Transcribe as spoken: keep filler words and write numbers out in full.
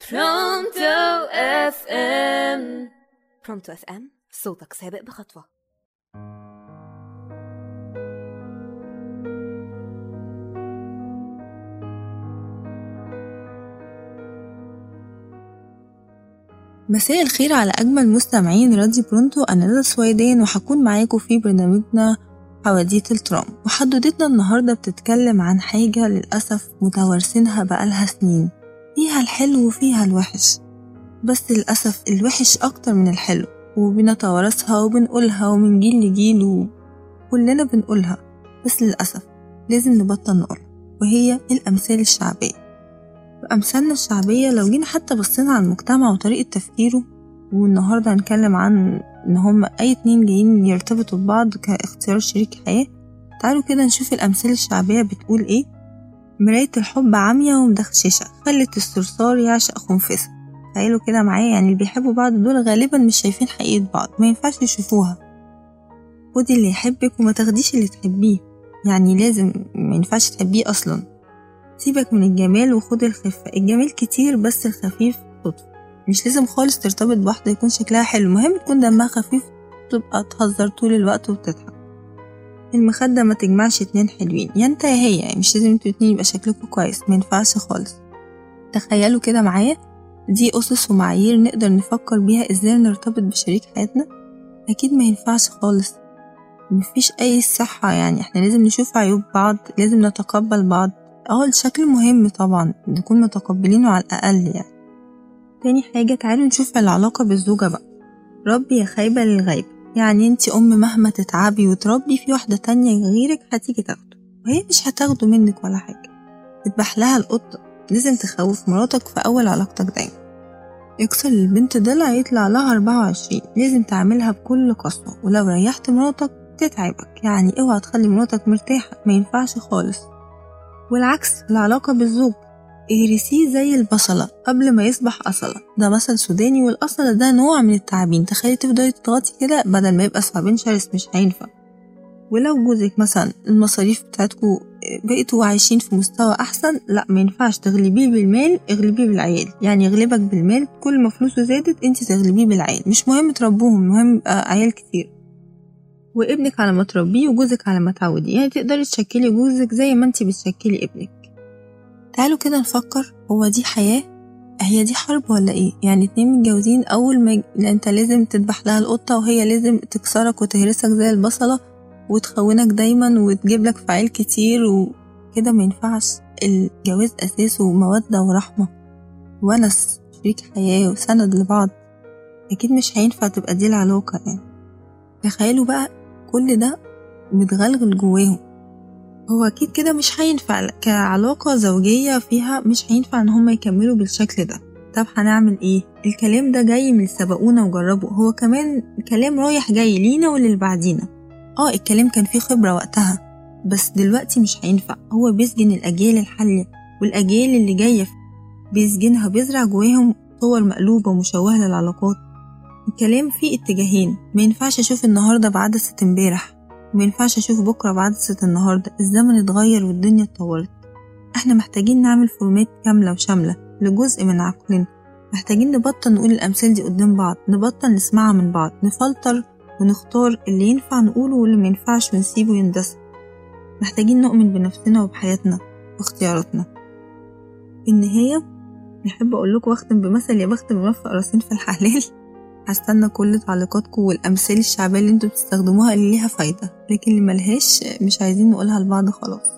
برونتو اف ام. برونتو اف ام، صوتك سابق بخطوة. مساء الخير على أجمل مستمعين راديو برونتو. أنا ندى سويدان وحكون معاكم في برنامجنا حواديت الترام. وحدوتتنا النهاردة بتتكلم عن حاجة للأسف متوارثينها بقالها سنين، فيها الحلو وفيها الوحش، بس للأسف الوحش أكتر من الحلو، وبنتوارثها وبنقولها ومن جيل لجيل وكلنا بنقولها، بس للأسف لازم نبطل نقولها، وهي الأمثال الشعبية. أمثالنا الشعبية لو جينا حتى بصينا على المجتمع وطريقة تفكيره، والنهاردة هنتكلم عن إن هما أي اتنين جايين يرتبطوا ببعض كاختيار شريك حياة. تعالوا كده نشوف الأمثال الشعبية بتقول إيه. مراية الحب عامية ومدخششة، خلت الصرصار يعشق خنفسة. تعالوا كده معايا، يعني اللي بيحبوا بعض دول غالبا مش شايفين حقيقة بعض، ما ينفعش يشوفوها. خدي اللي يحبك وما تاخديش اللي تحبيه، يعني لازم ما ينفعش تحبيه أصلا. سيبك من الجمال وخد الخفة، الجمال كتير بس الخفيف صدفة. مش لازم خالص ترتبط بواحدة يكون شكلها حلو، مهم تكون دمها خفيف، تبقى تهزر طول الوقت وبتضحك. المخدة ما تجمعش اتنين حلوين، يا انت يا هي، يعني مش لازم انتوا اتنين يبقى شكلكوا كويس، ما ينفعش خالص. تخيلوا كده معايا، دي أسس ومعايير نقدر نفكر بيها ازاي نرتبط بشريك حياتنا. أكيد ما ينفعش خالص، مفيش أي صحة. يعني احنا لازم نشوف عيوب بعض، لازم نتقبل بعض. اه الشكل مهم طبعا، نكون متقبلينه على الأقل يعني. تاني حاجة، تعالوا نشوف العلاقة بالزوجة بقى. ربي يا خايبة للغيب، يعني انتي أم مهما تتعبي وتربي، في واحدة تانية غيرك هتيجي تاخده، وهي مش هتاخده منك ولا حاجة. تذبح لها القطة. لازم تخوف مراتك في أول علاقتك دايما. يكسر البنت ضلع يطلع لها أربعة وعشرين، لازم تعملها بكل قسوة، ولو ريحت مراتك تتعبك، يعني اوعى تخلي مراتك مرتاحة، ما ينفعش خالص. والعكس العلاقة بالزوج، اهرسيه زي البصلة قبل ما يصبح أصلة. ده مثل سوداني، والأصلة ده نوع من التعابين. تخيلي تفضلي تضغطي كده بدل ما يبقى صعبين شرس، مش هينفع. ولو جوزك مثلا المصاريف بتاعتكو بقيتوا عايشين في مستوى أحسن، لا ما ينفعش تغلبيه بالمال، اغلبيه بالعيال. يعني يغلبك بالمال، كل ما فلوسه زادت انت تغلبيه بالعيال. مش مهم تربوهم، مهم عيال كتير، وابنك على ما تربيه وجوزك على ما تعودي. يعني تقدري تشكلي جوزك زي ما انتي بتشكلي ابنك. تعالوا كده نفكر، هو دي حياة؟ هي دي حرب ولا ايه؟ يعني اتنين متجوزين، اول ما انت لازم تذبح لها القطة، وهي لازم تكسرك وتهرسك زي البصلة وتخونك دايما وتجيب لك فعيل كتير وكده. ما ينفعش. الجواز اساسه مودة ورحمة ونس، شريك حياة وسند لبعض. اكيد مش هينفع تبقى دي العلاقة يعني. تخيلوا بقى كل ده متغلغل جواهم. هو اكيد كده مش هينفع كعلاقة زوجية فيها، مش هينفع ان هم يكملوا بالشكل ده. طب هنعمل ايه؟ الكلام ده جاي من سبقونا وجربوا، هو كمان كلام رايح جاي لينا وللي بعدينا. اه الكلام كان فيه خبرة وقتها، بس دلوقتي مش هينفع. هو بيسجن الاجيال الحالية والاجيال اللي جاية، بيسجنها، بيزرع جواهم صور مقلوبة ومشوهة للعلاقات. الكلام فيه اتجاهين، ما ينفعش اشوف النهاردة بعدسة امبارح، وما ينفعش اشوف بكرة بعدسة النهاردة. الزمن اتغير والدنيا اتطورت. احنا محتاجين نعمل فورمات كاملة وشاملة لجزء من عقلنا. محتاجين نبطل نقول الامثال دي قدام بعض، نبطل نسمعها من بعض، نفلتر ونختار اللي ينفع نقوله واللي ما ينفعش ونسيبه يندثر. محتاجين نؤمن بنفسنا وبحياتنا واختياراتنا. في النهاية نحب اقول لكم واختم بمثل، يا بخت بمرفق راسين في الحلال. هستنى كل تعليقاتكم والأمثال الشعبية اللي انتوا بتستخدموها اللي ليها فايدة، لكن اللي ملهاش مش عايزين نقولها لبعض خلاص.